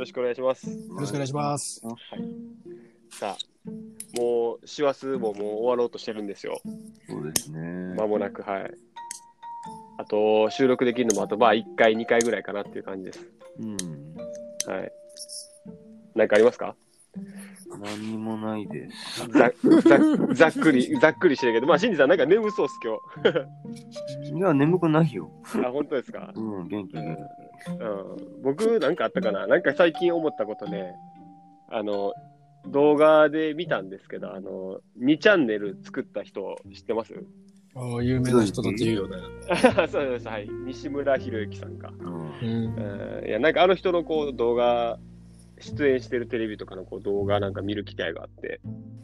ろしくお願いします。 よろしくお願いします。 はい。さあ、もう師走ももう終わろうとしてるんですよ。 そうですね。 間もなく、はい。あと収録できるのもあと1回2回ぐらいかなっていう感じです。 うん。 はい。何かありますか？ 何にもないです。 ざっくりしてるけど、まあ、新次さんなんか眠そうっす、今いや、眠くないよ。 日。あ、本当ですか？ うん、元気元僕、なんかあったかな？なんか最近思ったことね、動画で見たんですけど、2チャンネル作った人知ってます？ 有名な人だって言うよね。 そうです、はい。西村博之さんか。 気。 いや、なんかあの人のこう動画、出演してるテレビとかのこう動画なんか見る機会があって、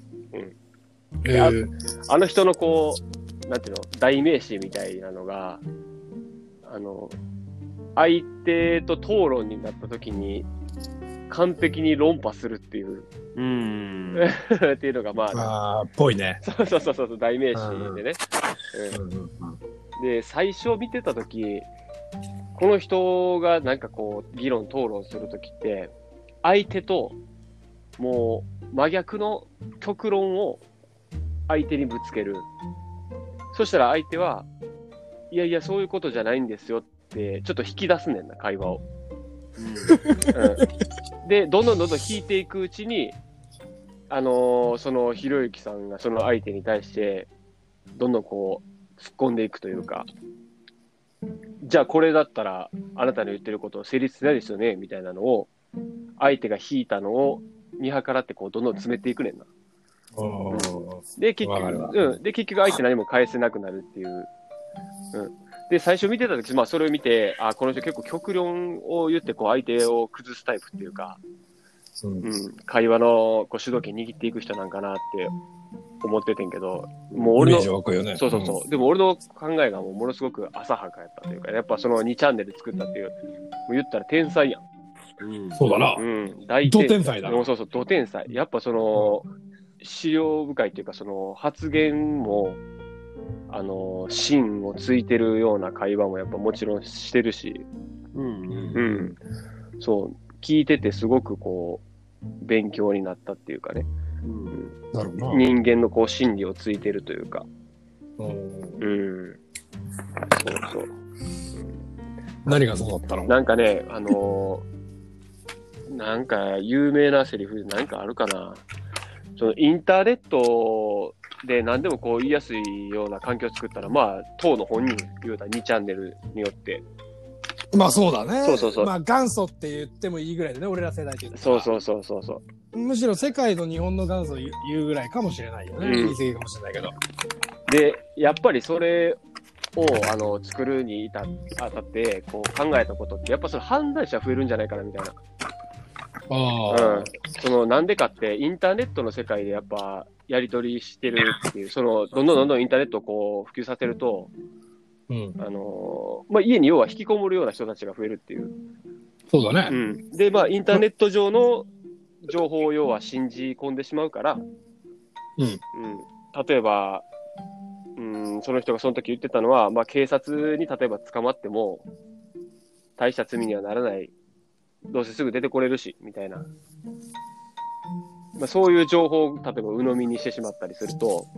あの人のこう、なんていうの、代名詞みたいなのが、相手と討論になった時に、完璧に論破するっていう、っていうのがまあ、 ぽいね。 そう、代名詞でね。で、最初見てた時、この人がなんかこう、議論、討論する時って、相手と、もう、真逆の極論を相手にぶつける。そしたら相手は、いやいや、そういうことじゃないんですよって、ちょっと引き出すねんな、会話を。で、どんどん引いていくうちに、そのひろゆきさんがその相手に対して、どんどんこう、突っ込んでいくというか、じゃあこれだったら、あなたの言ってること成立しないですよね、みたいなのを、相手が引いたのを見計らって、こう、どんどん詰めていくねんな。で、結局相手何も返せなくなるっていう。で、最初見てた時、まあそれを見て、あ、この人結構極論を言って、こう、相手を崩すタイプっていうか、会話のこう主導権握っていく人なんかなって思っててんけど、もう俺の、そう。でも俺の考えがものすごく浅はかやったというか、やっぱその2チャンネル作ったっていう、もう言ったら天才やん。 そうだな。ド天才だな。 そう、ド天才。やっぱその、資料深いっていうか、その発言も、芯をついてるような会話もやっぱもちろんしてるし、そう、聞いててすごくこう、勉強になったっていうかね。 なるほど。 人間のこう心理をついてるというか。そう。 何がそうだったの？ なんかね、なんか有名なセリフなんかあるかな。そのインターネットで何でもこう言いやすいような環境を作ったら、まあ当の本人言うたら2チャンネルによって。 まあそうだね。 そう。 まあ元祖って言ってもいいぐらいでね、俺ら世代で言ったら。 そう。 むしろ世界の日本の元祖言うぐらいかもしれないよね。言い過ぎかもしれないけど。 で、やっぱりそれを作るにあたってこう考えたことって、やっぱその犯罪者増えるんじゃないかなみたいな。そのなんでかってインターネットの世界でやっぱやり取りしてるっていう、そのどんどんインターネットをこう普及させると、まあ、家に要は引きこもるような人たちが増えるっていう。 そうだね。 で、まあインターネット上の情報を要は信じ込んでしまうから、例えば、その人がその時言ってたのは、まあ警察に例えば捕まっても大した罪にはならない。どうせすぐ出てこれるし、みたいな。まあ、そういう情報を、例えば鵜呑みにしてしまったりすると、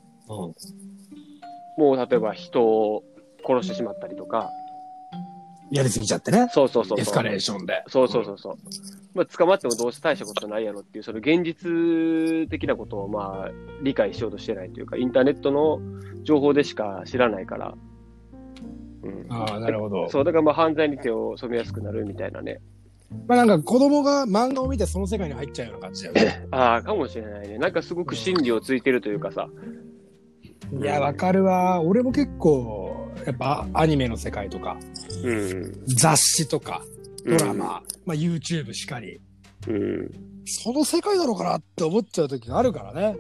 もう例えば人を殺してしまったりとか。 やりすぎちゃってね。 そう。 エスカレーションで。 そう。まあ、捕まってもどうせ大したことないやろっていう、その現実的なことをまあ、理解しようとしてないというか、インターネットの情報でしか知らないから。 なるほど。 そう、だからまあ、犯罪に手を染めやすくなるみたいなね。 まあなんか子供が漫画を見てその世界に入っちゃうような感じだよね。 かもしれないね。なんかすごく心理をついてるというかさ。 いや、わかるわ。俺も結構、やっぱアニメの世界とか、雑誌とか、ドラマ、まあ YouTube しかり、その世界なのかなって思っちゃう時があるからね。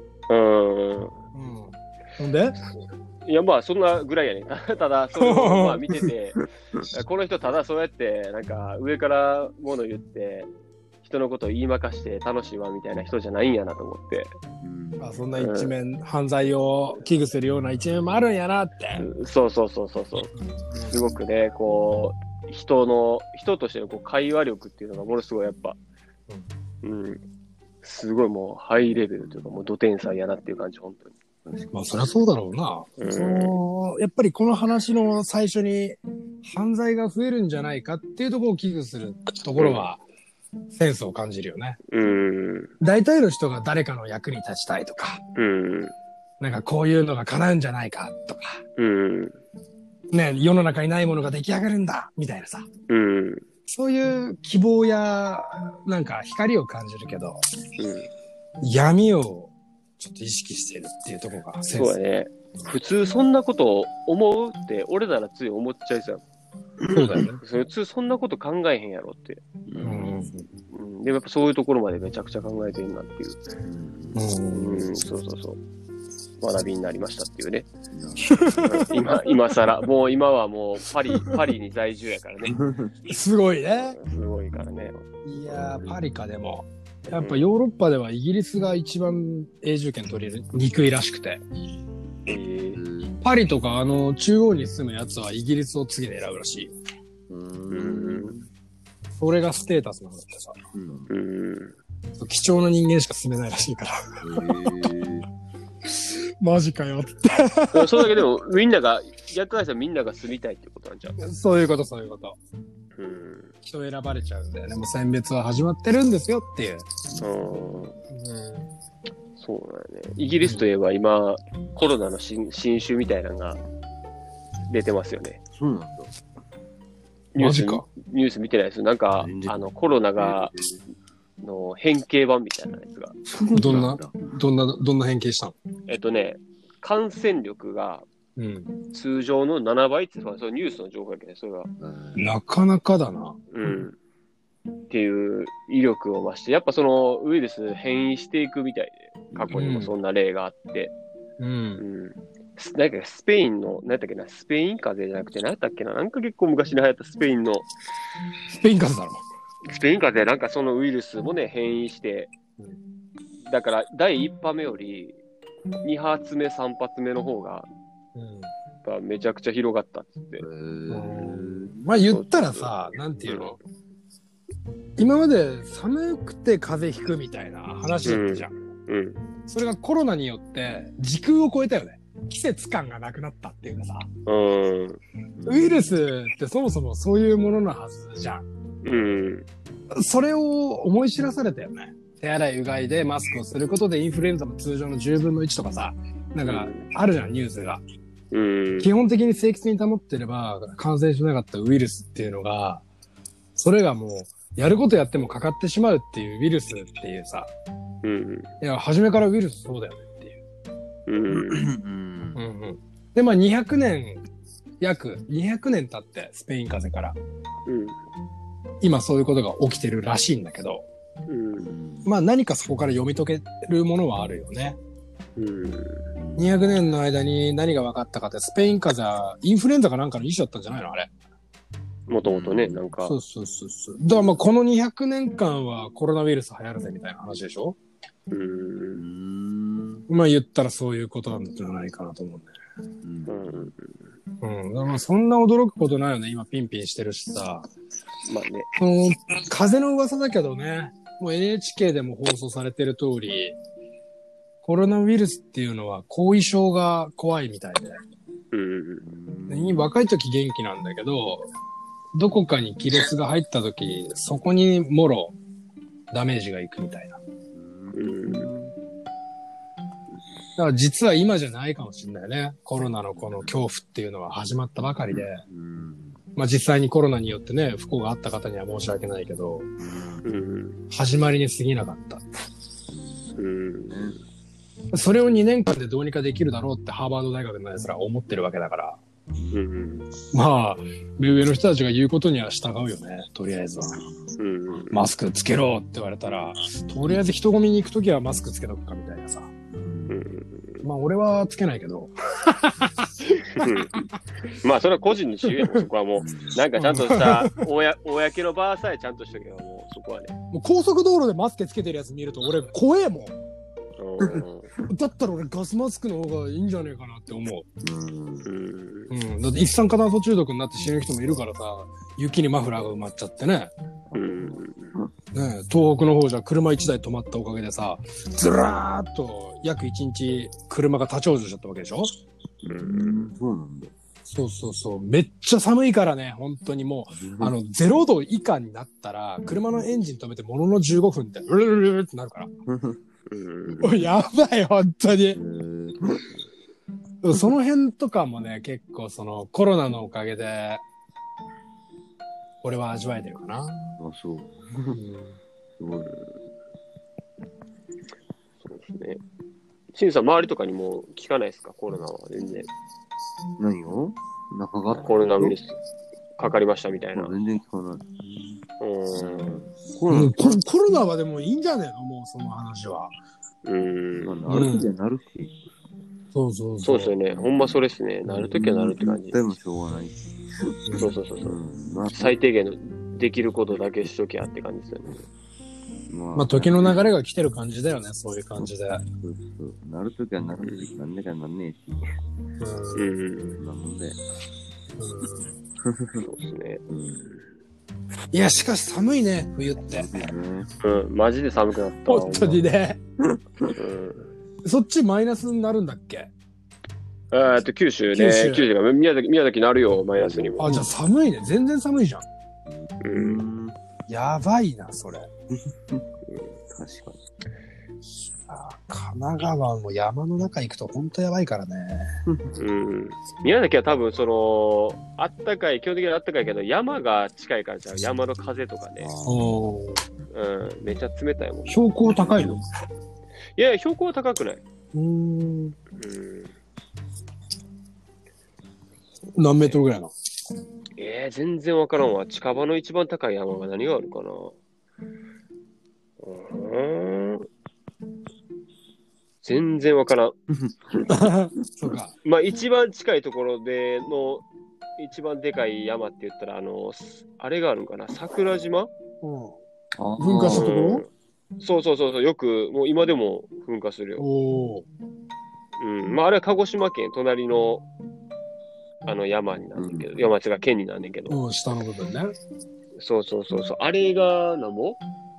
ほんで？ いや、まあ、そんなぐらいやね。ただ、それをまあ見てて、この人ただそうやって、なんか上からもの言って、人のことを言いまかして楽しいわみたいな人じゃないんやなと思って。 そんな一面、犯罪を危惧するような一面もあるんやなって。 そう。すごくね、こう、人としてのこう会話力っていうのがものすごいやっぱうん。すごいもうハイレベルというか、もうド天才やなっていう感じ、本当に。 まあ、そりゃそうだろうな。やっぱりこの話の最初に、犯罪が増えるんじゃないかっていうところを危惧するところは、センスを感じるよね。大体の人が誰かの役に立ちたいとか、なんかこういうのが叶うんじゃないかとか、ね、世の中にないものが出来上がるんだみたいなさ、そういう希望やなんか光を感じるけど、闇をちょっと意識してるっていうところがセンス。 そうだね。普通そんなこと思うって俺ならつい思っちゃいそう。 そうだよね。 普通そんなこと考えへんやろって。でもやっぱそういうところまでめちゃくちゃ考えてるなっていう。そうそうそう。学びになりましたっていうね。今更、もう今はもうパリに在住やからね。 すごいね。 すごいからね。 いやー、パリかでも。やっぱヨーロッパではイギリスが一番永住権取りにくいらしくて。パリとか中央に住むやつはイギリスを次で選ぶらしい。それがステータスなんだってさ。貴重な人間しか住めないらしいから。マジかよって。 それだけでもみんなが、逆からしたらみんなが住みたいってことなんじゃん。 そういうこと。人選ばれちゃうんだよね。もう選別は始まってるんですよっていう。 そうだよね。イギリスといえば今、コロナの新種みたいなのが出てますよね。 そうなんだ。 マジか。 ニュース見てないです。なんか、コロナが、の変形版みたいなやつが。 どんな変形したの？ 感染力が、通常の7倍ってそのニュースの情報やけど、それが。 なかなかだな。 っていう威力を増して、やっぱそのウイルス変異していくみたいで、過去にもそんな例があって。なんかスペインの、何だっけな、スペイン風邪じゃなくて、何だっけな、なんか結構昔に流行ったスペイン風邪だろ。 スペイン風邪なんかそのウイルスもね、変異して、だから第1波目より2発目、3発目の方が、やっぱめちゃくちゃ広がったっつって。 まあ言ったらさ、なんていうの、今まで寒くて風邪ひくみたいな話だったじゃん。それがコロナによって時空を超えたよね。季節感がなくなったっていうかさ。ウイルスってそもそもそういうもののはずじゃん。それを思い知らされたよね。手洗いうがいでマスクをすることでインフルエンザの通常の10分の1とかさ、なんかあるじゃん、ニュースが。基本的に清潔に保ってれば感染しなかったウイルスっていうのが、それがもうやることやってもかかってしまうっていうウイルスっていうさ、いや、初めからウイルスそうだよねっていう。で、まあ約200年経ってスペイン風邪から、今そういうことが起きてるらしいんだけど、まあ何かそこから読み解けるものはあるよね。200年の間に何が分かったかって、スペイン風邪はインフルエンザかなんかの一種だったんじゃないのあれ。 もともとね、なんか。 そう。だからまあこの200年間はコロナウイルス流行るぜみたいな話でしょ。まあ言ったらそういうことなんじゃないかなと思うんだよね。だからそんな驚くことないよね。今ピンピンしてるしさ。 まあね。 風邪の噂だけどね、もう NHK でも放送されてる通り、コロナウイルスっていうのは後遺症が怖いみたいで。若い時元気なんだけど、どこかに亀裂が入った時、そこにもろダメージがいくみたいな。だから実は今じゃないかもしれないね。コロナのこの恐怖っていうのは始まったばかりで。まあ実際にコロナによってね、不幸があった方には申し訳ないけど、始まりに過ぎなかった。それを2年間でどうにかできるだろうってハーバード大学の奴らは思ってるわけだから。まあ、上の人たちが言うことには従うよね、とりあえずは。マスクつけろって言われたら、とりあえず人混みに行くときはマスクつけとくかみたいなさ。まあ俺はつけないけど。 まあそれは個人の自由やもん、そこはもう。なんかちゃんとさ、公の場さえちゃんとしとけばもうそこはね。 もう高速道路でマスクつけてるやつ見ると俺怖えもん。だったら俺ガスマスクの方がいいんじゃねえかなって思う。だって一酸化炭素中毒になって死ぬ人もいるからさ、 雪にマフラーが埋まっちゃってね。 うん。 ね、東北の方じゃ車1台止まったおかげでさ、ずらーっと約1日車が立ち往生しちゃったわけでしょ。 そうなんだ。 そうそうそう。めっちゃ寒いからね、本当にもう、0度以下になったら、車のエンジン止めてものの15分で、うるるるるってなるから。やばい、本当に。その辺とかもね、結構そのコロナのおかげで、俺は味わえてるかな。 あ、そう。すごい。 そうですね。シンさん、周りとかにも聞かないですか、コロナは全然。 何を中がコロナウイルスかかりましたみたいな。 全然聞かない。 コロナはでもいいんじゃねえの、もうその話は。 なる時はなるし。 そうそうそうですよね。ほんまそれっすね。なるときはなるって感じ。 でもしょうがない。 そう。最低限のできることだけしときゃって感じですよね。 まあ、 時の流れが来てる感じだよね、そういう感じで。 なるときはなるし、なんでかなんねえし。なもんで。 そうですね。 いや、しかし寒いね、冬って。 マジで寒くなった。 本当にね。そっちマイナスになるんだっけ？ 九州ね。九州が宮崎なるよ、マイナスにも。 あ、じゃあ寒いね。全然寒いじゃん。やばいな、それ。 確かに。 神奈川も山の中行くとほんとやばいからね。 宮崎は多分その、あったかい、基本的にあったかいけど、山が近いからじゃん。山の風とかね。めっちゃ冷たいもん。 標高高いの？ いや、標高は高くない。 何メートルぐらいの？ 全然わからんわ。近場の一番高い山が何があるかな。全然わからん。 そうか。 まあ一番近いところでの一番でかい山って言ったらあれがあるんかな。桜島？ 噴火したところ？ そう。よくもう今でも噴火するよ。まああれは鹿児島県隣の山になんねんけど、山町が県になんねんけど。 下の部分ね。 そう。あれが何も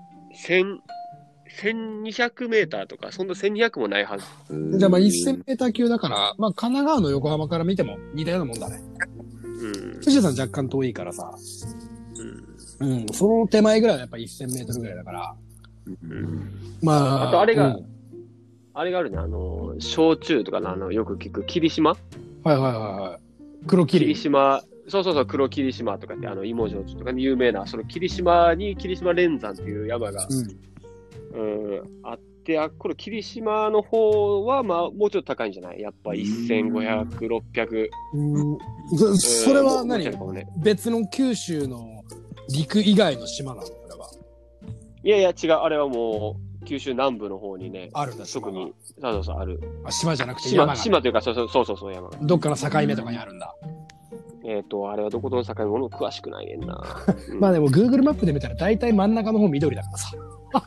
1200メーターとか、そんな1200もないはず。 じゃあまあ1000メーター級だから、まあ神奈川の横浜から見ても似たようなもんだね。富士山若干遠いからさ。その手前ぐらいはやっぱ1000メートルぐらいだから。まあ。 あとあれがあるね、焼酎とかのよく聞く霧島？ はい。黒霧島。そう、黒霧島とかって芋焼酎とかに有名な、その霧島に霧島連山っていう山が、あって、これ霧島の方は、まあ、もうちょっと高いんじゃない？やっぱ1500、600。 それは何？別の九州の陸以外の島なの？これは。 いや、違う。あれはもう、九州南部の方にね。 あるんだ、 特に。そう、ある。 島じゃなくて山が。 島というか、そう、山が。 どっかの境目とかにあるんだ。 あれはどことの境目も詳しくないねんな。 まあでも Google マップで見たら大体真ん中の方緑だからさ。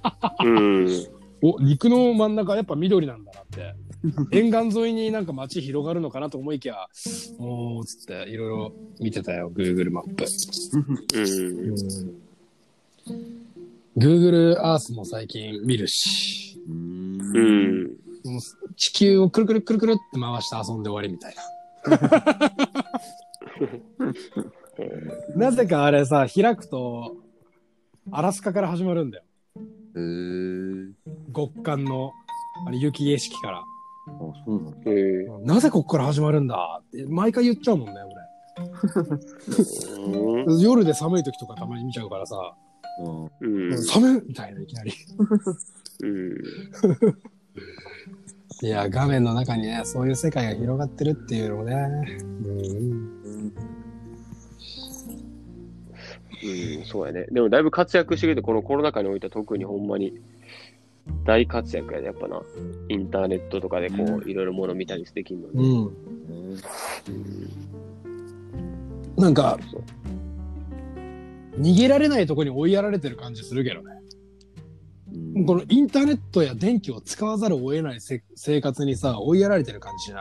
陸の真ん中やっぱ緑なんだなって。沿岸沿いになんか街広がるのかなと思いきや、つっていろいろ見てたよ、Google マップ。Google Earth も最近見るし。地球をくるくるくるくるって回して遊んで終わりみたいな。なぜかあれさ、開くとアラスカから始まるんだよ。極寒の雪景色から。 そうなんなぜここから始まるんだって毎回言っちゃうもんね、俺。夜で寒い時とかたまに見ちゃうからさ、寒いみたいな、いきなり。いや、画面の中にね、そういう世界が広がってるっていうのもね。 そうやね。でもだいぶ活躍してくれて、このコロナ禍においては特にほんまに大活躍やで、やっぱな。インターネットとかでこう、いろいろもの見たりできるのね。 なんか、逃げられないとこに追いやられてる感じするけどね。このインターネットや電気を使わざるを得ない生活にさ、追いやられてる感じしない？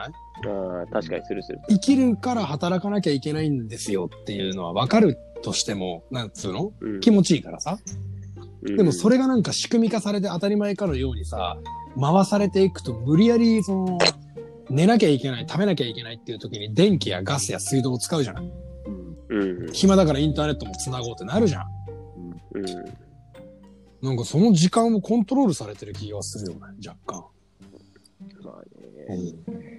確かにする。 生きるから働かなきゃいけないんですよっていうのは分かるとしても、なんつうの、 うん、 気持ちいいからさ。 うん、 でもそれがなんか仕組み化されて当たり前かのようにさ、回されていくと無理やりその、寝なきゃいけない、食べなきゃいけないっていう時に電気やガスや水道を使うじゃない。 うん、 暇だからインターネットも繋ごうってなるじゃん。 うん。 なんかその時間をコントロールされてる気がするよね、若干。 まあね。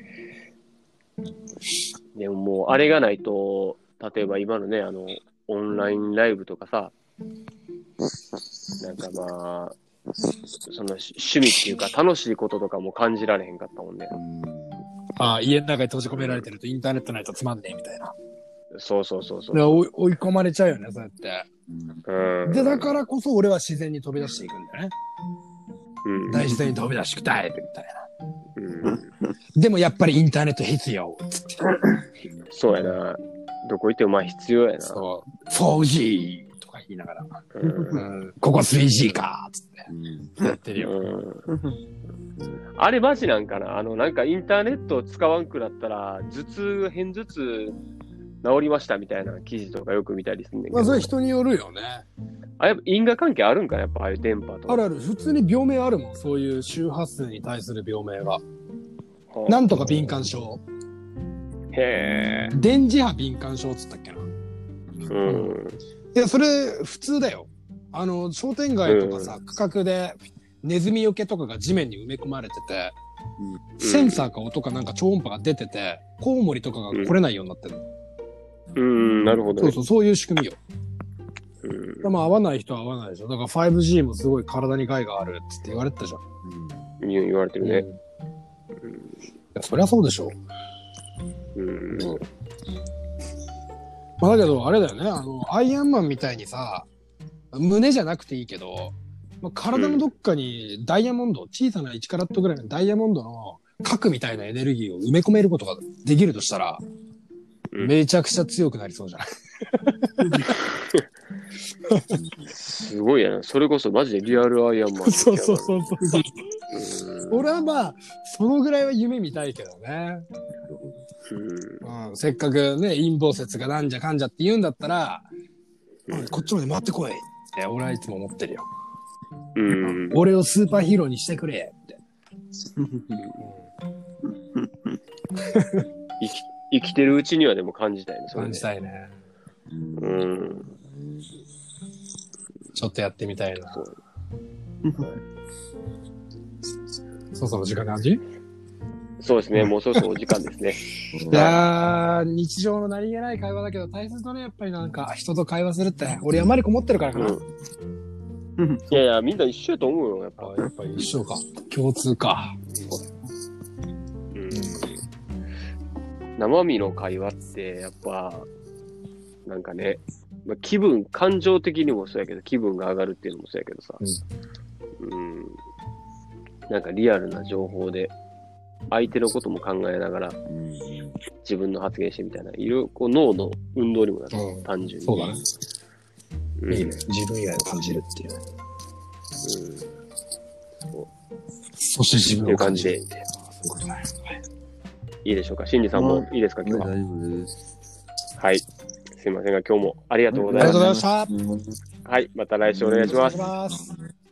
でももうあれがないと、例えば今のね、オンラインライブとかさ、なんかまあ、その趣味っていうか楽しいこととかも感じられへんかったもんね。 ああ、家の中に閉じ込められてるとインターネットないとつまんねえみたいな。 そう。 追い込まれちゃうよね、そうやって。 うん、 で、だからこそ俺は自然に飛び出していくんだよね。 うん、 大自然に飛び出していきたいみたいな。 うん、 でもやっぱりインターネット必要。 そうやな。どこ行ってもまあ必要やな。 そう。4G とか言いながら。ここ 3G かつって。やってるよ。 あれマジなんかな。なんかインターネットを使わんくなったら、片頭痛治りましたみたいな記事とかよく見たりすんねんけど。 まあそれ人によるよね。 やっぱ因果関係あるんかな、やっぱああいう電波とか。 あるある。普通に病名あるもん。そういう周波数に対する病名が。なんとか敏感症。 へえ。 電磁波敏感症っつったっけな。いや、それ普通だよ。商店街とかさ、区画でネズミよけとかが地面に埋め込まれてて、センサーか音かなんか超音波が出てて、コウモリとかが来れないようになってるの。 なるほど。 そういう仕組みよ。まあ合わない人は合わないでしょ。だから 5G もすごい体に害があるって言われてたじゃん。 言われてるね。 いやそりゃそうでしょ。まあだけどあれだよね。アイアンマンみたいにさ、胸じゃなくていいけど、まあ、体のどっかにダイヤモンド、小さな1カラットぐらいのダイヤモンドの核みたいなエネルギーを埋め込めることができるとしたら、めちゃくちゃ強くなりそうじゃないすごいやな。それこそマジでリアルアイアンマン。 そう。俺はまあ、そのぐらいは夢見たいけどね。せっかくね、陰謀説がなんじゃかんじゃって言うんだったら、こっちまで回ってこいって俺はいつも思ってるよ。俺をスーパーヒーローにしてくれって。 生きてるうちにはでも感じたいね。 感じたいね。ちょっとやってみたいな。そろそろ時間の感じ？ そうですね。もうそろそろお時間ですね。 いやー、日常の何気ない会話だけど大切だね。やっぱりなんか人と会話するって。俺はマリコ持ってるからかな。 いや、みんな一緒やと思うよ。やっぱり一緒か。共通か。 生身の会話ってやっぱなんかね、まあ、感情的にもそうやけど気分が上がるっていうのもそうやけどさ、なんかリアルな情報で相手のことも考えながら自分の発言してみたいな、いろいろ脳の運動にもなる、単純に。 そうだね。いいね。自分以外を感じるっていう。そして自分を感じるっていう。 いいでしょうか。シンジさんもいいですか、今日は。 大丈夫です。 はい。すいませんが、今日もありがとうございました。 ありがとうございました。 はい。また来週お願いします。